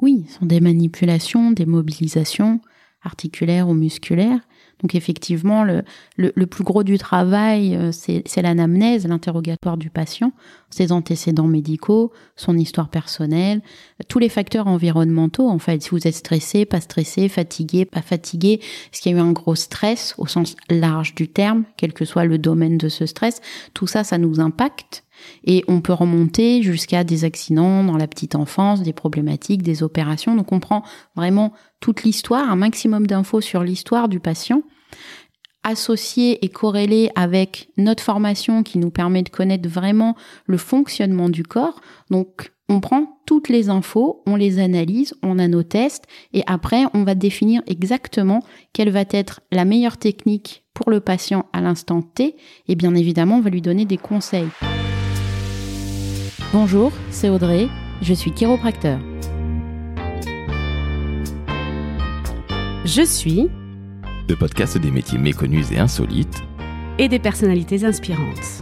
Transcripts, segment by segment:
Oui, ce sont des manipulations, des mobilisations articulaires ou musculaires. Donc effectivement, le plus gros du travail, c'est l'anamnèse, l'interrogatoire du patient, ses antécédents médicaux, son histoire personnelle, tous les facteurs environnementaux. En fait, si vous êtes stressé, pas stressé, fatigué, pas fatigué, est-ce qu'il y a eu un gros stress au sens large du terme, quel que soit le domaine de ce stress, tout ça, ça nous impacte. Et on peut remonter jusqu'à des accidents dans la petite enfance, des problématiques, des opérations. Donc on prend vraiment toute l'histoire, un maximum d'infos sur l'histoire du patient, associé et corrélé avec notre formation qui nous permet de connaître vraiment le fonctionnement du corps. Donc on prend toutes les infos, on les analyse, on a nos tests et après on va définir exactement quelle va être la meilleure technique pour le patient à l'instant T et bien évidemment on va lui donner des conseils. Bonjour, c'est Audrey, je suis chiropracteur. Je suis le podcast des métiers méconnus et insolites et des personnalités inspirantes.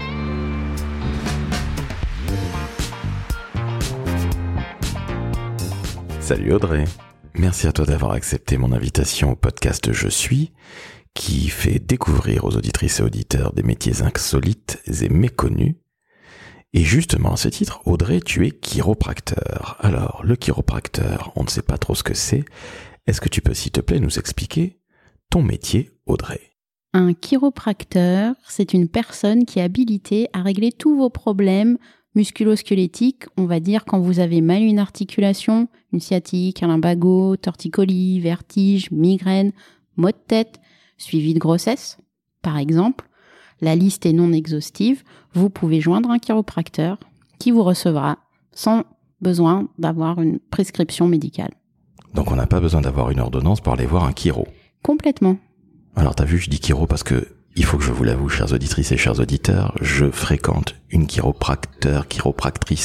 Salut Audrey, merci à toi d'avoir accepté mon invitation au podcast Je suis, qui fait découvrir aux auditrices et auditeurs des métiers insolites et méconnus. Et justement, à ce titre, Audrey, tu es chiropracteur. Alors, le chiropracteur, on ne sait pas trop ce que c'est. Est-ce que tu peux, s'il te plaît, nous expliquer ton métier, Audrey ? Un chiropracteur, c'est une personne qui est habilitée à régler tous vos problèmes musculo-squelettiques, on va dire quand vous avez mal une articulation, une sciatique, un lumbago, torticolis, vertige, migraine, maux de tête, suivi de grossesse, par exemple. La liste est non exhaustive. Vous pouvez joindre un chiropracteur qui vous recevra sans besoin d'avoir une prescription médicale. Donc on n'a pas besoin d'avoir une ordonnance pour aller voir un chiro. Complètement. Alors t'as vu, je dis chiro parce que il faut que je vous l'avoue, chères auditrices et chers auditeurs, je fréquente une chiropractrice,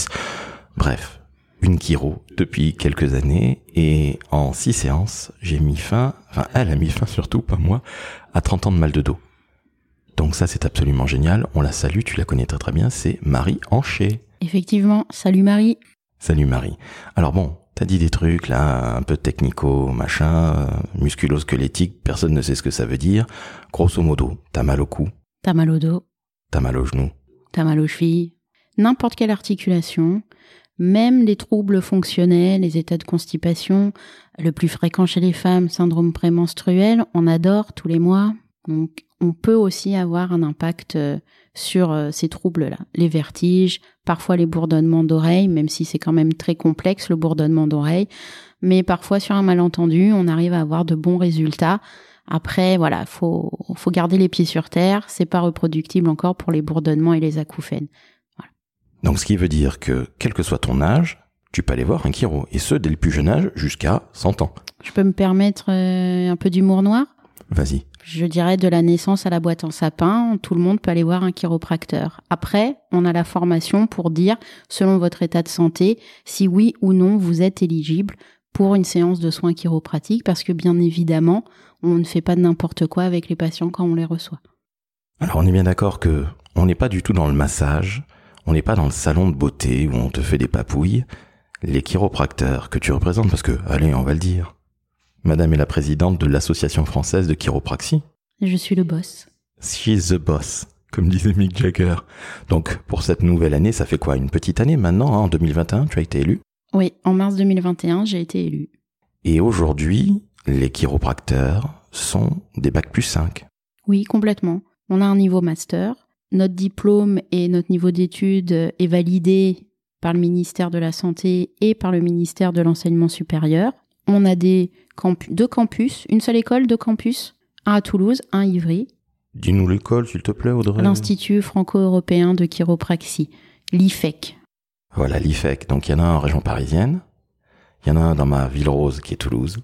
bref, une chiro depuis quelques années et en 6 séances, elle a mis fin surtout, pas moi, à 30 ans de mal de dos. Donc ça, c'est absolument génial. On la salue, tu la connais très très bien, c'est Marie Hancher. Effectivement, salut Marie. Salut Marie. Alors bon, t'as dit des trucs là, un peu technico, machin, musculo-squelettique, personne ne sait ce que ça veut dire. Grosso modo, t'as mal au cou. T'as mal au dos. T'as mal aux genoux. T'as mal aux chevilles. N'importe quelle articulation, même les troubles fonctionnels, les états de constipation, le plus fréquent chez les femmes, syndrome prémenstruel, on adore tous les mois. Donc, on peut aussi avoir un impact sur ces troubles-là. Les vertiges, parfois les bourdonnements d'oreilles, même si c'est quand même très complexe le bourdonnement d'oreilles. Mais parfois, sur un malentendu, on arrive à avoir de bons résultats. Après, voilà, faut garder les pieds sur terre. C'est pas reproductible encore pour les bourdonnements et les acouphènes. Voilà. Donc, ce qui veut dire que, quel que soit ton âge, tu peux aller voir un chiro. Et ce, dès le plus jeune âge jusqu'à 100 ans. Je peux me permettre un peu d'humour noir ? Vas-y. Je dirais de la naissance à la boîte en sapin, tout le monde peut aller voir un chiropracteur. Après, on a la formation pour dire, selon votre état de santé, si oui ou non vous êtes éligible pour une séance de soins chiropratiques, parce que bien évidemment, on ne fait pas n'importe quoi avec les patients quand on les reçoit. Alors on est bien d'accord que on n'est pas du tout dans le massage, on n'est pas dans le salon de beauté où on te fait des papouilles. Les chiropracteurs que tu représentes, parce que, allez, on va le dire, Madame est la présidente de l'Association française de chiropraxie. Je suis le boss. She's the boss, comme disait Mick Jagger. Donc, pour cette nouvelle année, ça fait quoi? Une petite année maintenant, hein, en 2021, tu as été élue? Oui, en mars 2021, j'ai été élue. Et aujourd'hui, les chiropracteurs sont des bac+5. Oui, complètement. On a un niveau master. Notre diplôme et notre niveau d'études est validé par le ministère de la Santé et par le ministère de l'Enseignement supérieur. On a deux campus, une seule école, 2 campus, un à Toulouse, un à Ivry. Dis-nous l'école, s'il te plaît, Audrey. L'Institut franco-européen de chiropraxie, l'IFEC. Voilà, l'IFEC. Donc, il y en a un en région parisienne. Il y en a un dans ma ville rose, qui est Toulouse.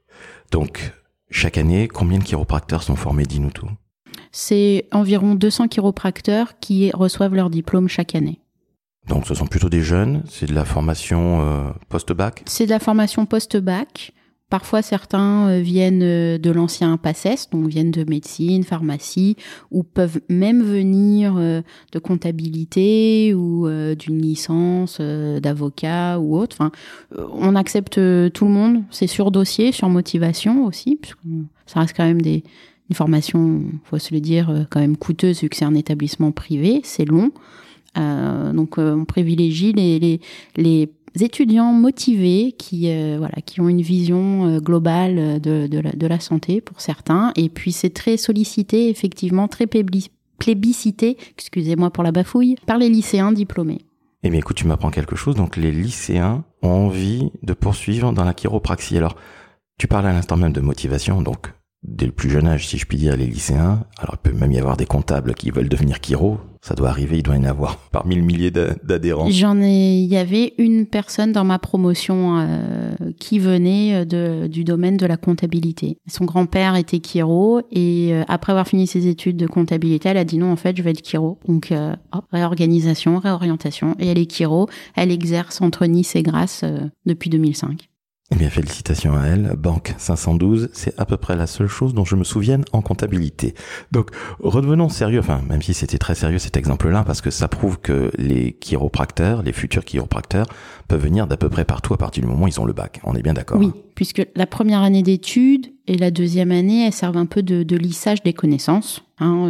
Donc, chaque année, combien de chiropracteurs sont formés? Dis-nous tout. C'est environ 200 chiropracteurs qui reçoivent leur diplôme chaque année. Donc, ce sont plutôt des jeunes, c'est de la formation post-bac? C'est de la formation post-bac. Parfois, certains viennent de l'ancien PACES, donc viennent de médecine, pharmacie, ou peuvent même venir de comptabilité ou d'une licence d'avocat ou autre. Enfin, on accepte tout le monde. C'est sur dossier, sur motivation aussi, puisque ça reste quand même une formation, faut se le dire, quand même coûteuse vu que c'est un établissement privé, c'est long. Donc on privilégie les étudiants motivés qui ont une vision globale de la santé pour certains, et puis c'est très sollicité, effectivement très plébiscité, excusez-moi pour la bafouille, par les lycéens diplômés. Eh bien écoute, tu m'apprends quelque chose, donc les lycéens ont envie de poursuivre dans la chiropraxie. Alors, tu parles à l'instant même de motivation, donc dès le plus jeune âge, si je puis dire, les lycéens, alors il peut même y avoir des comptables qui veulent devenir chiro, ça doit arriver, il doit y en avoir parmi le millier d'adhérents. Il y avait une personne dans ma promotion qui venait du domaine de la comptabilité. Son grand-père était chiro et après avoir fini ses études de comptabilité, elle a dit non, en fait, je vais être chiro. Donc, réorganisation, réorientation, et elle est chiro, elle exerce entre Nice et Grasse depuis 2005. Eh bien, félicitations à elle. Banque 512, c'est à peu près la seule chose dont je me souvienne en comptabilité. Donc, redevenons sérieux, enfin, même si c'était très sérieux cet exemple-là, parce que ça prouve que les chiropracteurs, les futurs chiropracteurs, peuvent venir d'à peu près partout à partir du moment où ils ont le bac. On est bien d'accord? Oui, puisque la première année d'études et la deuxième année, elles servent un peu de lissage des connaissances.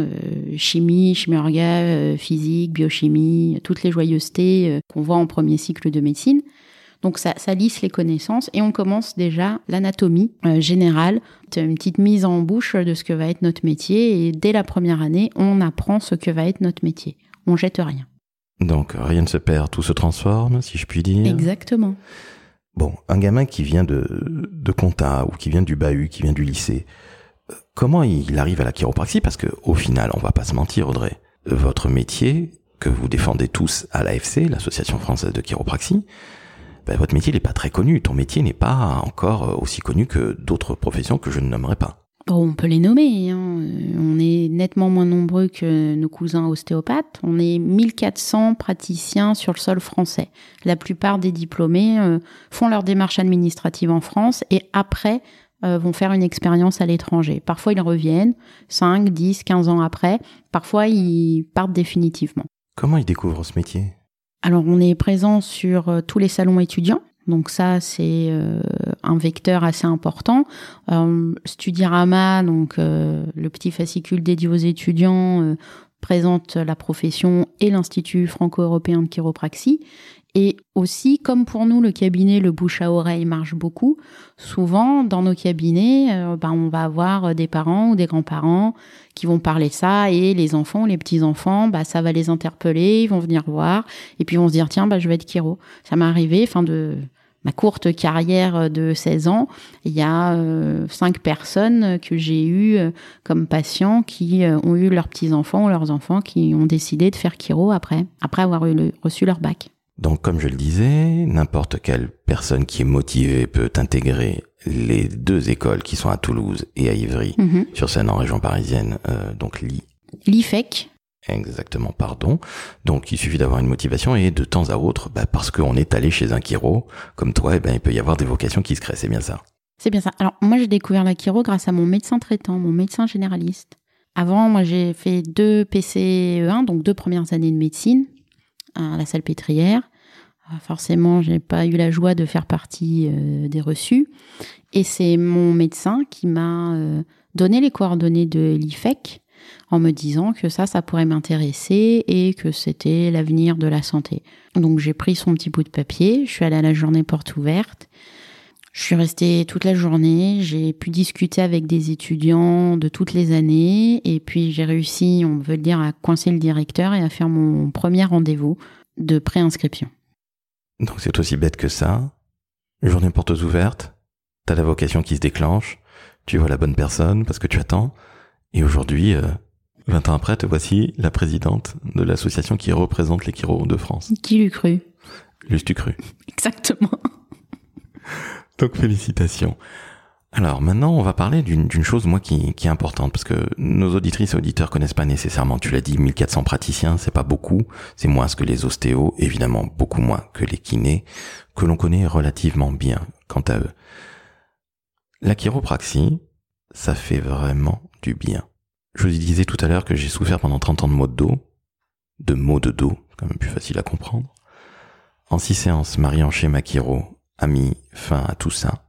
Chimie, chimie-orga, physique, biochimie, toutes les joyeusetés qu'on voit en premier cycle de médecine. Donc ça lisse les connaissances et on commence déjà l'anatomie générale, une petite mise en bouche de ce que va être notre métier, et dès la première année, on apprend ce que va être notre métier. On jette rien. Donc rien ne se perd, tout se transforme, si je puis dire. Exactement. Bon, un gamin qui vient de compta ou qui vient du bahut, qui vient du lycée, comment il arrive à la chiropraxie? Parce que au final, on va pas se mentir, Audrey, votre métier que vous défendez tous à l'AFC, l'Association française de chiropraxie, votre métier n'est pas très connu. Ton métier n'est pas encore aussi connu que d'autres professions que je ne nommerai pas. Bon, on peut les nommer. On est nettement moins nombreux que nos cousins ostéopathes. On est 1400 praticiens sur le sol français. La plupart des diplômés font leur démarche administrative en France et après vont faire une expérience à l'étranger. Parfois, ils reviennent 5, 10, 15 ans après. Parfois, ils partent définitivement. Comment ils découvrent ce métier ? Alors, on est présent sur tous les salons étudiants. Donc ça, c'est un vecteur assez important. Studirama, donc le petit fascicule dédié aux étudiants, présente la profession et l'Institut franco-européen de chiropraxie. Et aussi, comme pour nous, le cabinet, le bouche à oreille marche beaucoup. Souvent, dans nos cabinets, on va avoir des parents ou des grands-parents qui vont parler de ça, et les enfants ou les petits-enfants, ça va les interpeller, ils vont venir voir, et puis ils vont se dire, tiens, je vais être chiro. Ça m'est arrivé, de ma courte carrière de 16 ans, il y a 5 personnes que j'ai eues comme patients qui ont eu leurs petits-enfants ou leurs enfants qui ont décidé de faire chiro après avoir reçu leur bac. Donc, comme je le disais, n'importe quelle personne qui est motivée peut intégrer les 2 écoles qui sont à Toulouse et à Ivry, sur Seine en région parisienne, donc l'IFEC. Exactement, pardon. Donc, il suffit d'avoir une motivation et de temps à autre, parce qu'on est allé chez un chiro, comme toi, il peut y avoir des vocations qui se créent, c'est bien ça. C'est bien ça. Alors, moi, j'ai découvert la chiro grâce à mon médecin traitant, mon médecin généraliste. Avant, moi, j'ai fait 2 PCE1, donc 2 premières années de médecine, à la Salpêtrière. Forcément, j'ai pas eu la joie de faire partie des reçus. Et c'est mon médecin qui m'a donné les coordonnées de l'IFEC en me disant que ça pourrait m'intéresser et que c'était l'avenir de la santé. Donc j'ai pris son petit bout de papier, je suis allée à la journée porte ouverte. Je suis restée toute la journée, j'ai pu discuter avec des étudiants de toutes les années et puis j'ai réussi, on veut le dire, à coincer le directeur et à faire mon premier rendez-vous de préinscription. Donc c'est aussi bête que ça. Journée portes ouvertes, t'as la vocation qui se déclenche, tu vois la bonne personne parce que tu attends, et aujourd'hui, 20 ans après, te voici la présidente de l'association qui représente les chiros de France. Qui l'eût cru ? L'eût-tu cru ? Exactement. Donc félicitations. Alors maintenant, on va parler d'une chose, moi, qui est importante, parce que nos auditrices et auditeurs connaissent pas nécessairement, tu l'as dit, 1400 praticiens, c'est pas beaucoup, c'est moins que les ostéos, évidemment beaucoup moins que les kinés, que l'on connaît relativement bien quant à eux. La chiropraxie, ça fait vraiment du bien. Je vous disais tout à l'heure que j'ai souffert pendant 30 ans de maux de dos, c'est quand même plus facile à comprendre. En 6 séances, Marie-Anché Chiro a mis fin à tout ça.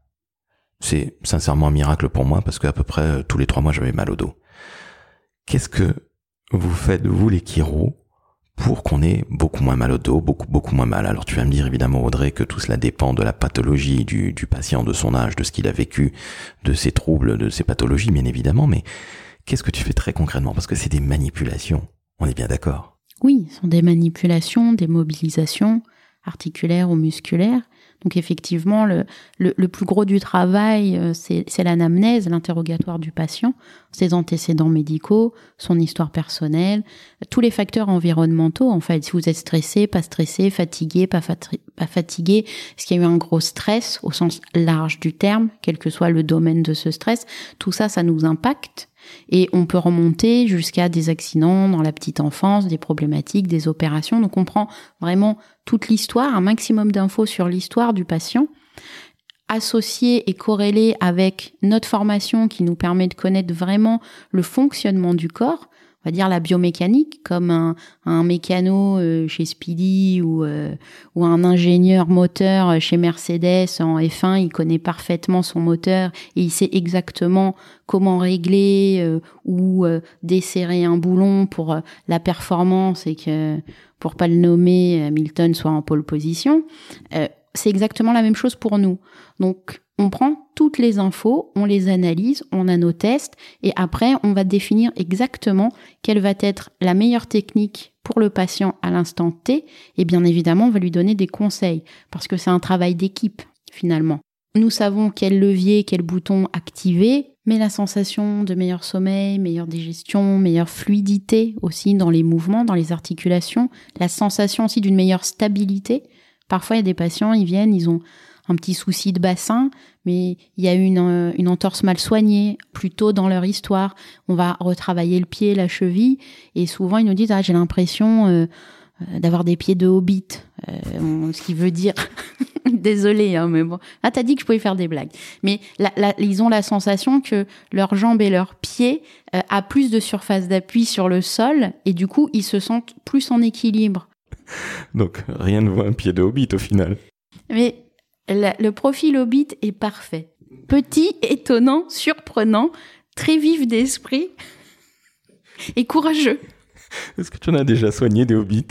C'est sincèrement un miracle pour moi parce qu'à peu près tous les 3 mois j'avais mal au dos. Qu'est-ce que vous faites, vous les chiros, pour qu'on ait beaucoup moins mal au dos, beaucoup moins mal? Alors tu vas me dire évidemment, Audrey, que tout cela dépend de la pathologie du patient, de son âge, de ce qu'il a vécu, de ses troubles, de ses pathologies, bien évidemment, mais qu'est-ce que tu fais très concrètement? Parce que c'est des manipulations, on est bien d'accord? Oui, ce sont des manipulations, des mobilisations articulaires ou musculaires. Donc effectivement, le plus gros du travail, c'est l'anamnèse, l'interrogatoire du patient, ses antécédents médicaux, son histoire personnelle, tous les facteurs environnementaux. En fait, si vous êtes stressé, fatigué, pas fatigué, est-ce qu'il y a eu un gros stress au sens large du terme, quel que soit le domaine de ce stress, tout ça, ça nous impacte. Et on peut remonter jusqu'à des accidents dans la petite enfance, des problématiques, des opérations. Donc on prend vraiment toute l'histoire, un maximum d'infos sur l'histoire du patient, associé et corrélé avec notre formation qui nous permet de connaître vraiment le fonctionnement du corps, on va dire la biomécanique, comme un mécano chez Speedy ou un ingénieur moteur chez Mercedes en F1, il connaît parfaitement son moteur et il sait exactement comment régler ou desserrer un boulon pour la performance et que, pour pas le nommer, Hamilton soit en pole position. C'est exactement la même chose pour nous. Donc, on prend toutes les infos, on les analyse, on a nos tests et après, on va définir exactement quelle va être la meilleure technique pour le patient à l'instant T et bien évidemment, on va lui donner des conseils parce que c'est un travail d'équipe finalement. Nous savons quel levier, quel bouton activer, mais la sensation de meilleur sommeil, meilleure digestion, meilleure fluidité aussi dans les mouvements, dans les articulations, la sensation aussi d'une meilleure stabilité. Parfois, il y a des patients, ils viennent, ils ont un petit souci de bassin, mais il y a une entorse mal soignée, plus tôt dans leur histoire. On va retravailler le pied, la cheville, et souvent ils nous disent « Ah, j'ai l'impression d'avoir des pieds de hobbit », ce qui veut dire... Désolée, mais bon. Ah, t'as dit que je pouvais faire des blagues. Mais ils ont la sensation que leurs jambes et leurs pieds a plus de surface d'appui sur le sol, et du coup, ils se sentent plus en équilibre. Donc, rien ne vaut un pied de hobbit au final. Mais le profil hobbit est parfait. Petit, étonnant, surprenant, très vif d'esprit et courageux. Est-ce que tu en as déjà soigné des hobbits?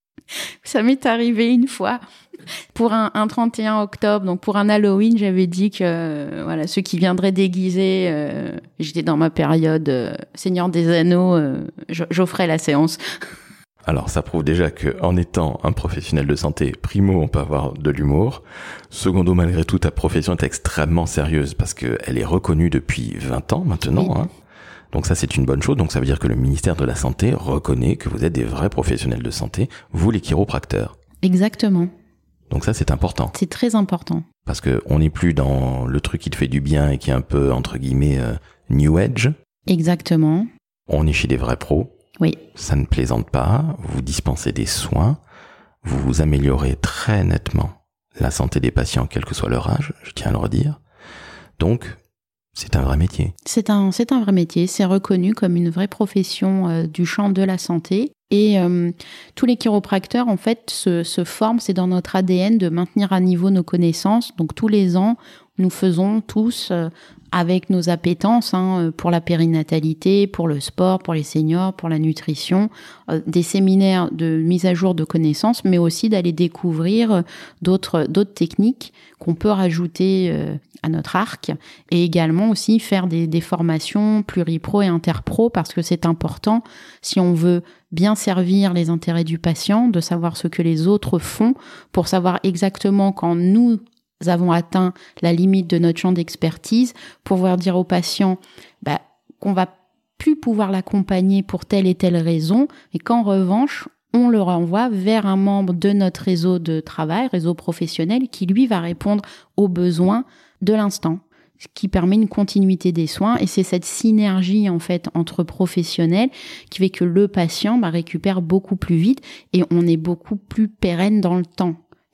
Ça m'est arrivé une fois. Pour un 31 octobre, donc pour un Halloween, j'avais dit que voilà, ceux qui viendraient déguisés, j'étais dans ma période Seigneur des Anneaux, j'offrais la séance. Alors ça prouve déjà que en étant un professionnel de santé, primo, on peut avoir de l'humour. Secondo, malgré tout, ta profession est extrêmement sérieuse parce qu'elle est reconnue depuis 20 ans maintenant. Oui. Hein. Donc ça, c'est une bonne chose. Donc ça veut dire que le ministère de la Santé reconnaît que vous êtes des vrais professionnels de santé, vous les chiropracteurs. Exactement. Donc ça, c'est important. C'est très important. Parce que on n'est plus dans le truc qui te fait du bien et qui est un peu, entre guillemets, new age. Exactement. On est chez des vrais pros. Oui. Ça ne plaisante pas, vous dispensez des soins, vous améliorez très nettement la santé des patients, quel que soit leur âge, je tiens à le redire. Donc, c'est un vrai métier. C'est un vrai métier, c'est reconnu comme une vraie profession du champ de la santé. Et tous les chiropracteurs, en fait, se forment, c'est dans notre ADN de maintenir à niveau nos connaissances. Donc, tous les ans, nous faisons tous, avec nos appétences, pour la périnatalité, pour le sport, pour les seniors, pour la nutrition, des séminaires de mise à jour de connaissances, mais aussi d'aller découvrir d'autres techniques qu'on peut rajouter à notre arc, et également aussi faire des formations pluripro et interpro, parce que c'est important, si on veut bien servir les intérêts du patient, de savoir ce que les autres font, pour savoir exactement quand nous avons atteint la limite de notre champ d'expertise, pour pouvoir dire au patient qu'on va plus pouvoir l'accompagner pour telle et telle raison, et qu'en revanche, on le renvoie vers un membre de notre réseau de travail, réseau professionnel, qui lui va répondre aux besoins de l'instant, ce qui permet une continuité des soins. Et c'est cette synergie en fait entre professionnels qui fait que le patient récupère beaucoup plus vite et on est beaucoup plus pérenne dans le temps.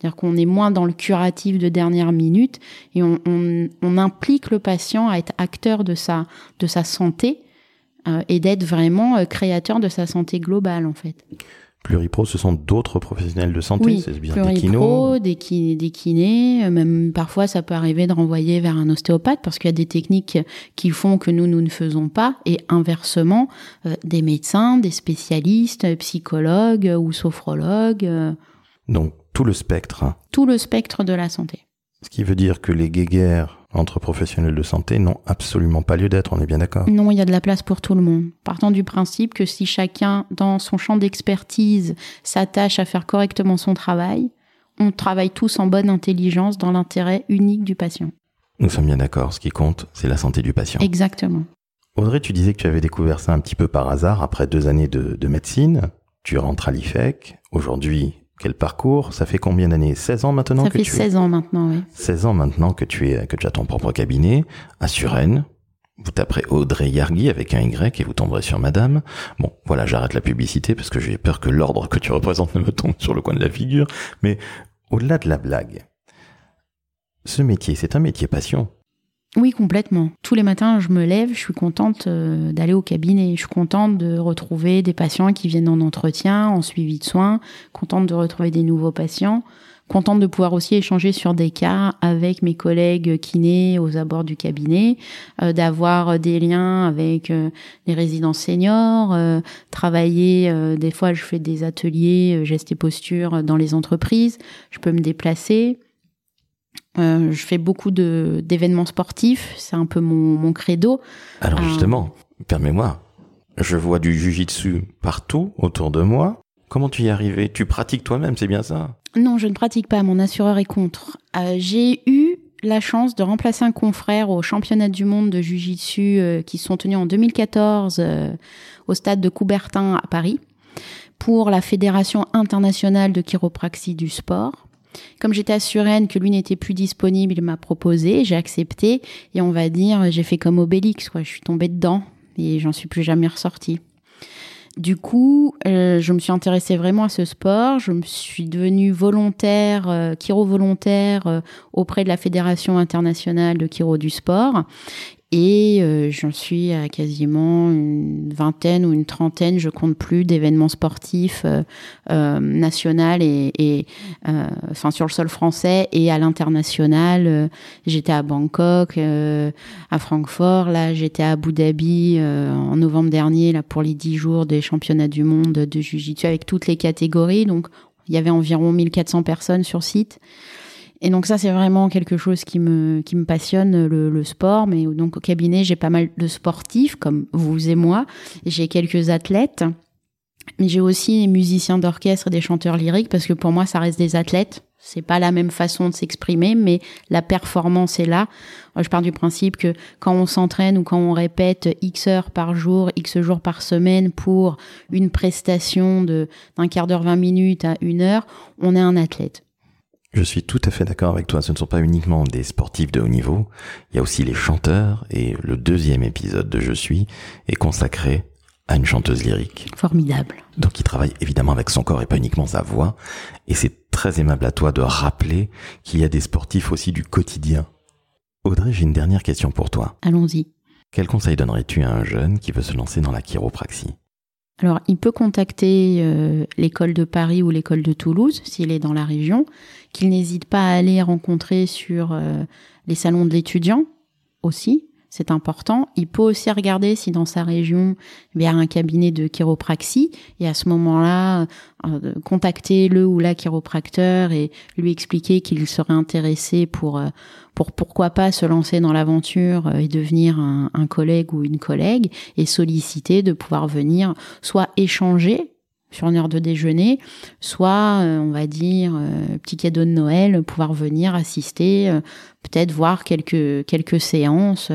C'est-à-dire qu'on est moins dans le curatif de dernière minute et on implique le patient à être acteur de sa santé et d'être vraiment créateur de sa santé globale, en fait. Pluripro, ce sont d'autres professionnels de santé, oui, c'est bien Pluripro, des kinés, même parfois ça peut arriver de renvoyer vers un ostéopathe parce qu'il y a des techniques qui font que nous ne faisons pas, et inversement, des médecins, des spécialistes, psychologues ou sophrologues. Donc tout le spectre. Tout le spectre de la santé. Ce qui veut dire que les guéguerres entre professionnels de santé n'ont absolument pas lieu d'être, on est bien d'accord? Non, il y a de la place pour tout le monde. Partant du principe que si chacun, dans son champ d'expertise, s'attache à faire correctement son travail, on travaille tous en bonne intelligence dans l'intérêt unique du patient. Nous sommes bien d'accord, ce qui compte, c'est la santé du patient. Exactement. Audrey, tu disais que tu avais découvert ça un petit peu par hasard, après 2 années de médecine. Tu rentres à l'IFEC. Aujourd'hui, quel parcours? Ça fait combien d'années? 16 ans maintenant? Ça fait 16 ans maintenant, oui. 16 ans maintenant que tu as ton propre cabinet à Suresnes. Vous taperez Audrey Yargui avec un Y et vous tomberez sur madame. Bon, voilà, j'arrête la publicité parce que j'ai peur que l'ordre que tu représentes ne me tombe sur le coin de la figure. Mais au-delà de la blague, ce métier, c'est un métier passion. Oui, complètement. Tous les matins, je me lève, je suis contente d'aller au cabinet. Je suis contente de retrouver des patients qui viennent en entretien, en suivi de soins, contente de retrouver des nouveaux patients, contente de pouvoir aussi échanger sur des cas avec mes collègues kinés aux abords du cabinet, d'avoir des liens avec les résidents seniors, travailler, des fois je fais des ateliers gestes et postures dans les entreprises, je peux me déplacer. Je fais beaucoup d'événements sportifs, c'est un peu mon credo. Alors justement, permets-moi, je vois du jiu-jitsu partout autour de moi. Comment tu y es arrivé? Tu pratiques toi-même, c'est bien ça? Non, je ne pratique pas, mon assureur est contre. J'ai eu la chance de remplacer un confrère aux championnats du monde de jiu-jitsu qui sont tenus en 2014 au stade de Coubertin à Paris pour la Fédération internationale de chiropraxie du sport. Comme j'étais à Suresnes, que lui n'était plus disponible, il m'a proposé, j'ai accepté et on va dire, j'ai fait comme Obélix, quoi. Je suis tombée dedans et j'en suis plus jamais ressortie. Du coup, je me suis intéressée vraiment à ce sport. Je me suis devenue volontaire, chiro-volontaire auprès de la Fédération internationale de chiro du sport. Et j'en suis à quasiment une vingtaine ou une trentaine, je compte plus, d'événements sportifs nationaux et sur le sol français et à l'international. J'étais à Bangkok, à Francfort, là j'étais à Abu Dhabi en novembre dernier là pour les 10 jours des championnats du monde de Jiu-Jitsu avec toutes les catégories. Donc il y avait environ 1400 personnes sur site. Et donc ça, c'est vraiment quelque chose qui me passionne, le sport. Mais donc au cabinet, j'ai pas mal de sportifs, comme vous et moi. J'ai quelques athlètes. Mais j'ai aussi des musiciens d'orchestre et des chanteurs lyriques, parce que pour moi, ça reste des athlètes. C'est pas la même façon de s'exprimer, mais la performance est là. Je pars du principe que quand on s'entraîne ou quand on répète X heures par jour, X jours par semaine pour une prestation d'un quart d'heure, 20 minutes à 1 heure, on est un athlète. Je suis tout à fait d'accord avec toi. Ce ne sont pas uniquement des sportifs de haut niveau. Il y a aussi les chanteurs. Et le 2e épisode de Je suis est consacré à une chanteuse lyrique. Formidable. Donc qui travaille évidemment avec son corps et pas uniquement sa voix. Et c'est très aimable à toi de rappeler qu'il y a des sportifs aussi du quotidien. Audrey, j'ai une dernière question pour toi. Allons-y. Quel conseil donnerais-tu à un jeune qui veut se lancer dans la chiropraxie ? Alors, il peut contacter l'école de Paris ou l'école de Toulouse, s'il est dans la région, qu'il n'hésite pas à aller rencontrer sur les salons de l'étudiant aussi, c'est important. Il peut aussi regarder si dans sa région, il y a un cabinet de chiropraxie, et à ce moment-là, contacter le ou la chiropracteur et lui expliquer qu'il serait intéressé pour pourquoi pas se lancer dans l'aventure et devenir un collègue ou une collègue, et solliciter de pouvoir venir soit échanger sur une heure de déjeuner, soit, on va dire, petit cadeau de Noël, pouvoir venir assister, peut-être voir quelques séances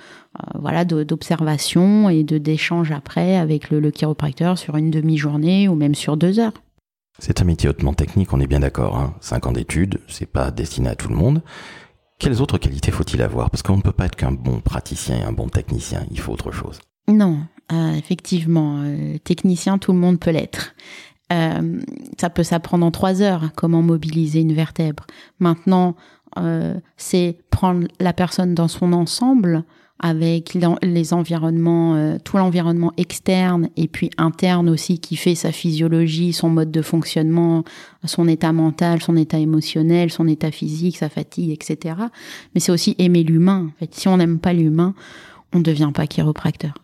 d'observation et d'échange après avec le chiropracteur sur une demi-journée ou même sur 2 heures. C'est un métier hautement technique, on est bien d'accord, hein. 5 ans d'études, c'est pas destiné à tout le monde. Quelles autres qualités faut-il avoir ? Parce qu'on ne peut pas être qu'un bon praticien et un bon technicien, il faut autre chose. Non, effectivement, technicien, tout le monde peut l'être. Ça peut s'apprendre en 3 heures, comment mobiliser une vertèbre. Maintenant, c'est prendre la personne dans son ensemble, avec les environnements, tout l'environnement externe et puis interne aussi qui fait sa physiologie, son mode de fonctionnement, son état mental, son état émotionnel, son état physique, sa fatigue, etc. Mais c'est aussi aimer l'humain. En fait, si on n'aime pas l'humain, on ne devient pas chiropracteur.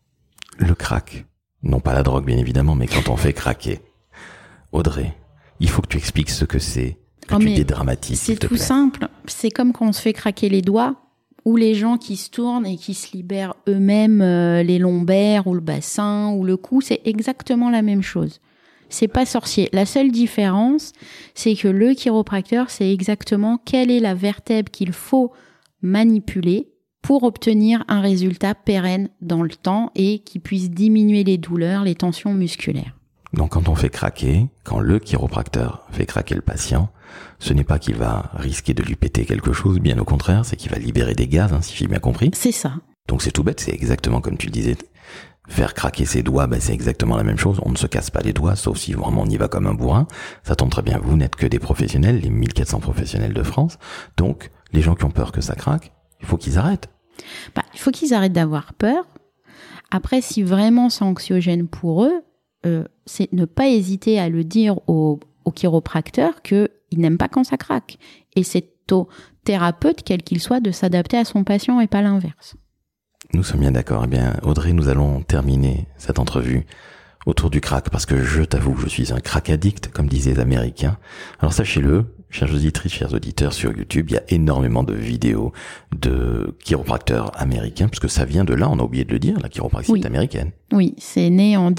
Le crack, non pas la drogue bien évidemment, mais quand on fait craquer. Audrey, il faut que tu expliques ce que c'est, que tu dédramatises, s'il te plaît. C'est tout simple. C'est comme quand on se fait craquer les doigts, ou les gens qui se tournent et qui se libèrent eux-mêmes les lombaires ou le bassin ou le cou, c'est exactement la même chose. C'est pas sorcier. La seule différence, c'est que le chiropracteur sait exactement quelle est la vertèbre qu'il faut manipuler pour obtenir un résultat pérenne dans le temps et qui puisse diminuer les douleurs, les tensions musculaires. Donc quand on fait craquer, quand le chiropracteur fait craquer le patient, ce n'est pas qu'il va risquer de lui péter quelque chose, bien au contraire, c'est qu'il va libérer des gaz, si j'ai bien compris. C'est ça. Donc c'est tout bête, c'est exactement comme tu le disais. Faire craquer ses doigts, c'est exactement la même chose. On ne se casse pas les doigts, sauf si vraiment on y va comme un bourrin. Ça tombe très bien, vous n'êtes que des professionnels, les 1400 professionnels de France. Donc les gens qui ont peur que ça craque, il faut qu'ils arrêtent. Il faut qu'ils arrêtent d'avoir peur. Après, si vraiment c'est anxiogène pour eux, c'est ne pas hésiter à le dire au chiropracteur qu'ils n'aiment pas quand ça craque. Et c'est au thérapeute, quel qu'il soit, de s'adapter à son patient et pas l'inverse. Nous sommes bien d'accord. Eh bien, Audrey, nous allons terminer cette entrevue autour du crack, parce que je t'avoue que je suis un crack addict, comme disaient les Américains. Alors sachez-le, chères auditrices, chers auditeurs, sur YouTube, il y a énormément de vidéos de chiropracteurs américains, parce que ça vient de là, on a oublié de le dire, la chiropraxie est américaine. Oui, c'est né en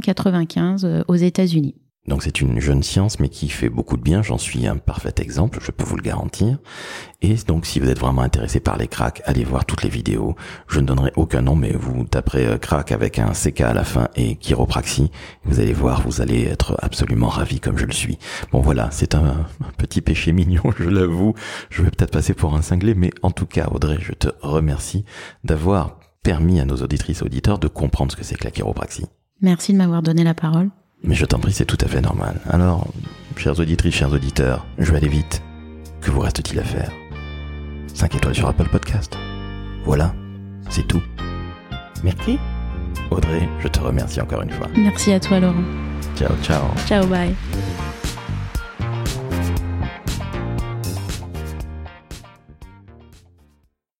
1895 aux États-Unis. Donc c'est une jeune science, mais qui fait beaucoup de bien, j'en suis un parfait exemple, je peux vous le garantir. Et donc si vous êtes vraiment intéressé par les cracks, allez voir toutes les vidéos. Je ne donnerai aucun nom, mais vous taperez crack avec un CK à la fin et chiropraxie. Vous allez voir, vous allez être absolument ravis comme je le suis. Bon voilà, c'est un petit péché mignon, je l'avoue. Je vais peut-être passer pour un cinglé, mais en tout cas, Audrey, je te remercie d'avoir permis à nos auditrices et auditeurs de comprendre ce que c'est que la chiropraxie. Merci de m'avoir donné la parole. Mais je t'en prie, c'est tout à fait normal. Alors, chères auditrices, chers auditeurs, je vais aller vite. Que vous reste-t-il à faire ? 5 étoiles sur Apple Podcast. Voilà, c'est tout. Merci. Audrey, je te remercie encore une fois. Merci à toi, Laurent. Ciao, ciao. Ciao, bye.